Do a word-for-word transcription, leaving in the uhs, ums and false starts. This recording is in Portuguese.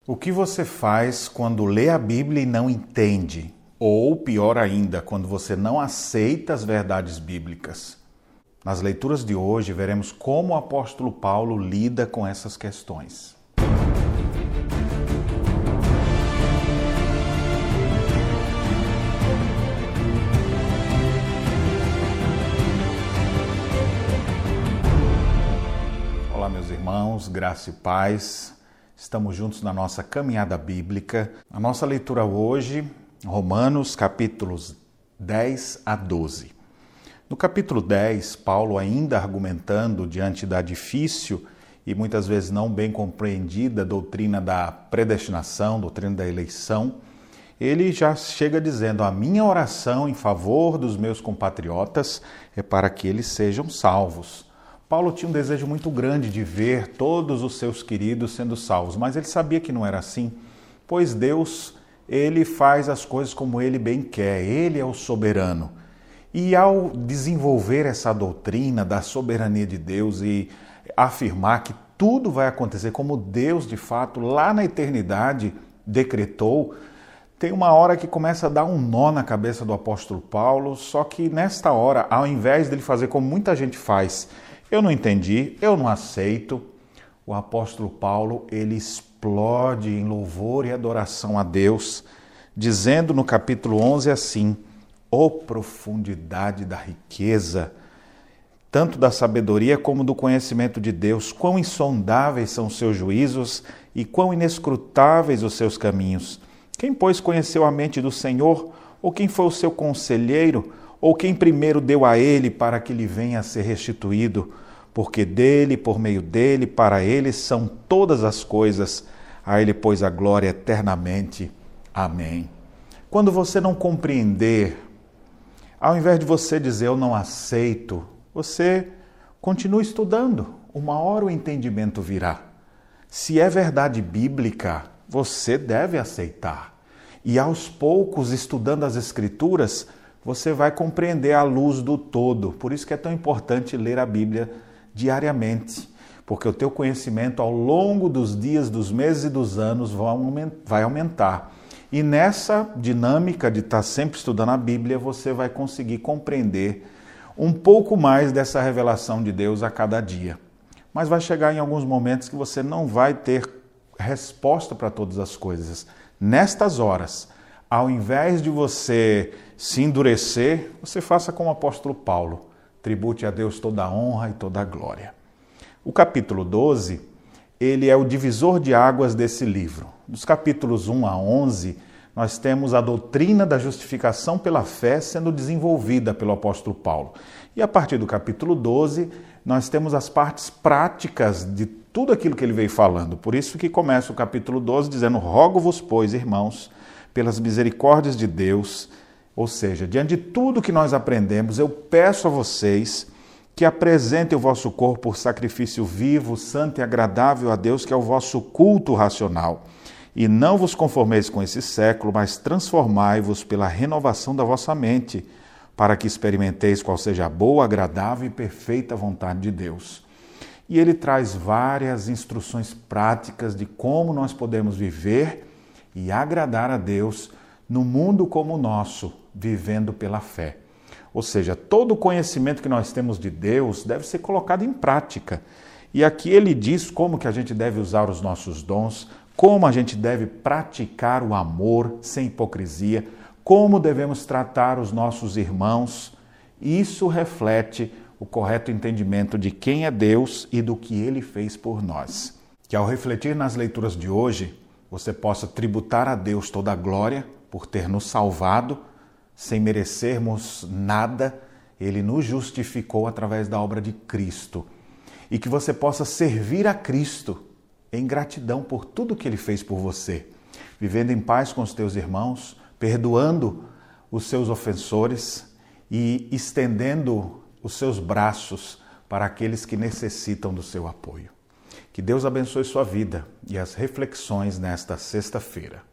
O que você faz quando lê a Bíblia e não entende? Ou, pior ainda, quando você não aceita as verdades bíblicas? Nas leituras de hoje, veremos como o apóstolo Paulo lida com essas questões. Olá, meus irmãos, graça e paz. Estamos juntos na nossa caminhada bíblica. A nossa leitura hoje, Romanos, capítulos dez a doze. No capítulo dez, Paulo, ainda argumentando diante da difícil e muitas vezes não bem compreendida doutrina da predestinação, doutrina da eleição, ele já chega dizendo: a minha oração em favor dos meus compatriotas é para que eles sejam salvos. Paulo tinha um desejo muito grande de ver todos os seus queridos sendo salvos, mas ele sabia que não era assim, pois Deus, ele faz as coisas como ele bem quer, ele é o soberano. E ao desenvolver essa doutrina da soberania de Deus e afirmar que tudo vai acontecer como Deus, de fato, lá na eternidade decretou, tem uma hora que começa a dar um nó na cabeça do apóstolo Paulo, só que nesta hora, ao invés dele fazer como muita gente faz, eu não entendi, eu não aceito, o apóstolo Paulo, ele explode em louvor e adoração a Deus, dizendo no capítulo onze assim: ó profundidade da riqueza, tanto da sabedoria como do conhecimento de Deus, quão insondáveis são os seus juízos e quão inescrutáveis os seus caminhos. Quem, pois, conheceu a mente do Senhor? Ou quem foi o seu conselheiro? Ou quem primeiro deu a ele para que lhe venha a ser restituído? Porque dele, por meio dele, para ele são todas as coisas. A ele, pois, a glória eternamente. Amém. Quando você não compreender, ao invés de você dizer eu não aceito, você continua estudando. Uma hora o entendimento virá. Se é verdade bíblica, você deve aceitar. E aos poucos, estudando as Escrituras, você vai compreender a luz do todo. Por isso que é tão importante ler a Bíblia diariamente, porque o teu conhecimento ao longo dos dias, dos meses e dos anos vai aumentar. E nessa dinâmica de estar sempre estudando a Bíblia, você vai conseguir compreender um pouco mais dessa revelação de Deus a cada dia. Mas vai chegar em alguns momentos que você não vai ter resposta para todas as coisas. Nestas horas, ao invés de você se endurecer, você faça como o apóstolo Paulo. Tribute a Deus toda a honra e toda a glória. O capítulo doze, ele é o divisor de águas desse livro. Dos capítulos um a onze, nós temos a doutrina da justificação pela fé sendo desenvolvida pelo apóstolo Paulo. E a partir do capítulo doze, nós temos as partes práticas de tudo aquilo que ele veio falando. Por isso que começa o capítulo doze dizendo: rogo-vos, pois, irmãos, pelas misericórdias de Deus, ou seja, diante de tudo que nós aprendemos, eu peço a vocês que apresentem o vosso corpo por sacrifício vivo, santo e agradável a Deus, que é o vosso culto racional. E não vos conformeis com esse século, mas transformai-vos pela renovação da vossa mente, para que experimenteis qual seja a boa, agradável e perfeita vontade de Deus. E ele traz várias instruções práticas de como nós podemos viver e agradar a Deus no mundo como o nosso, vivendo pela fé. Ou seja, todo o conhecimento que nós temos de Deus deve ser colocado em prática. E aqui ele diz como que a gente deve usar os nossos dons, como a gente deve praticar o amor sem hipocrisia, como devemos tratar os nossos irmãos. Isso reflete o correto entendimento de quem é Deus e do que Ele fez por nós. Que ao refletir nas leituras de hoje, você possa tributar a Deus toda a glória por ter nos salvado, sem merecermos nada, Ele nos justificou através da obra de Cristo. E que você possa servir a Cristo em gratidão por tudo que Ele fez por você, vivendo em paz com os teus irmãos, perdoando os seus ofensores e estendendo os seus braços para aqueles que necessitam do seu apoio. Que Deus abençoe sua vida e as reflexões nesta sexta-feira.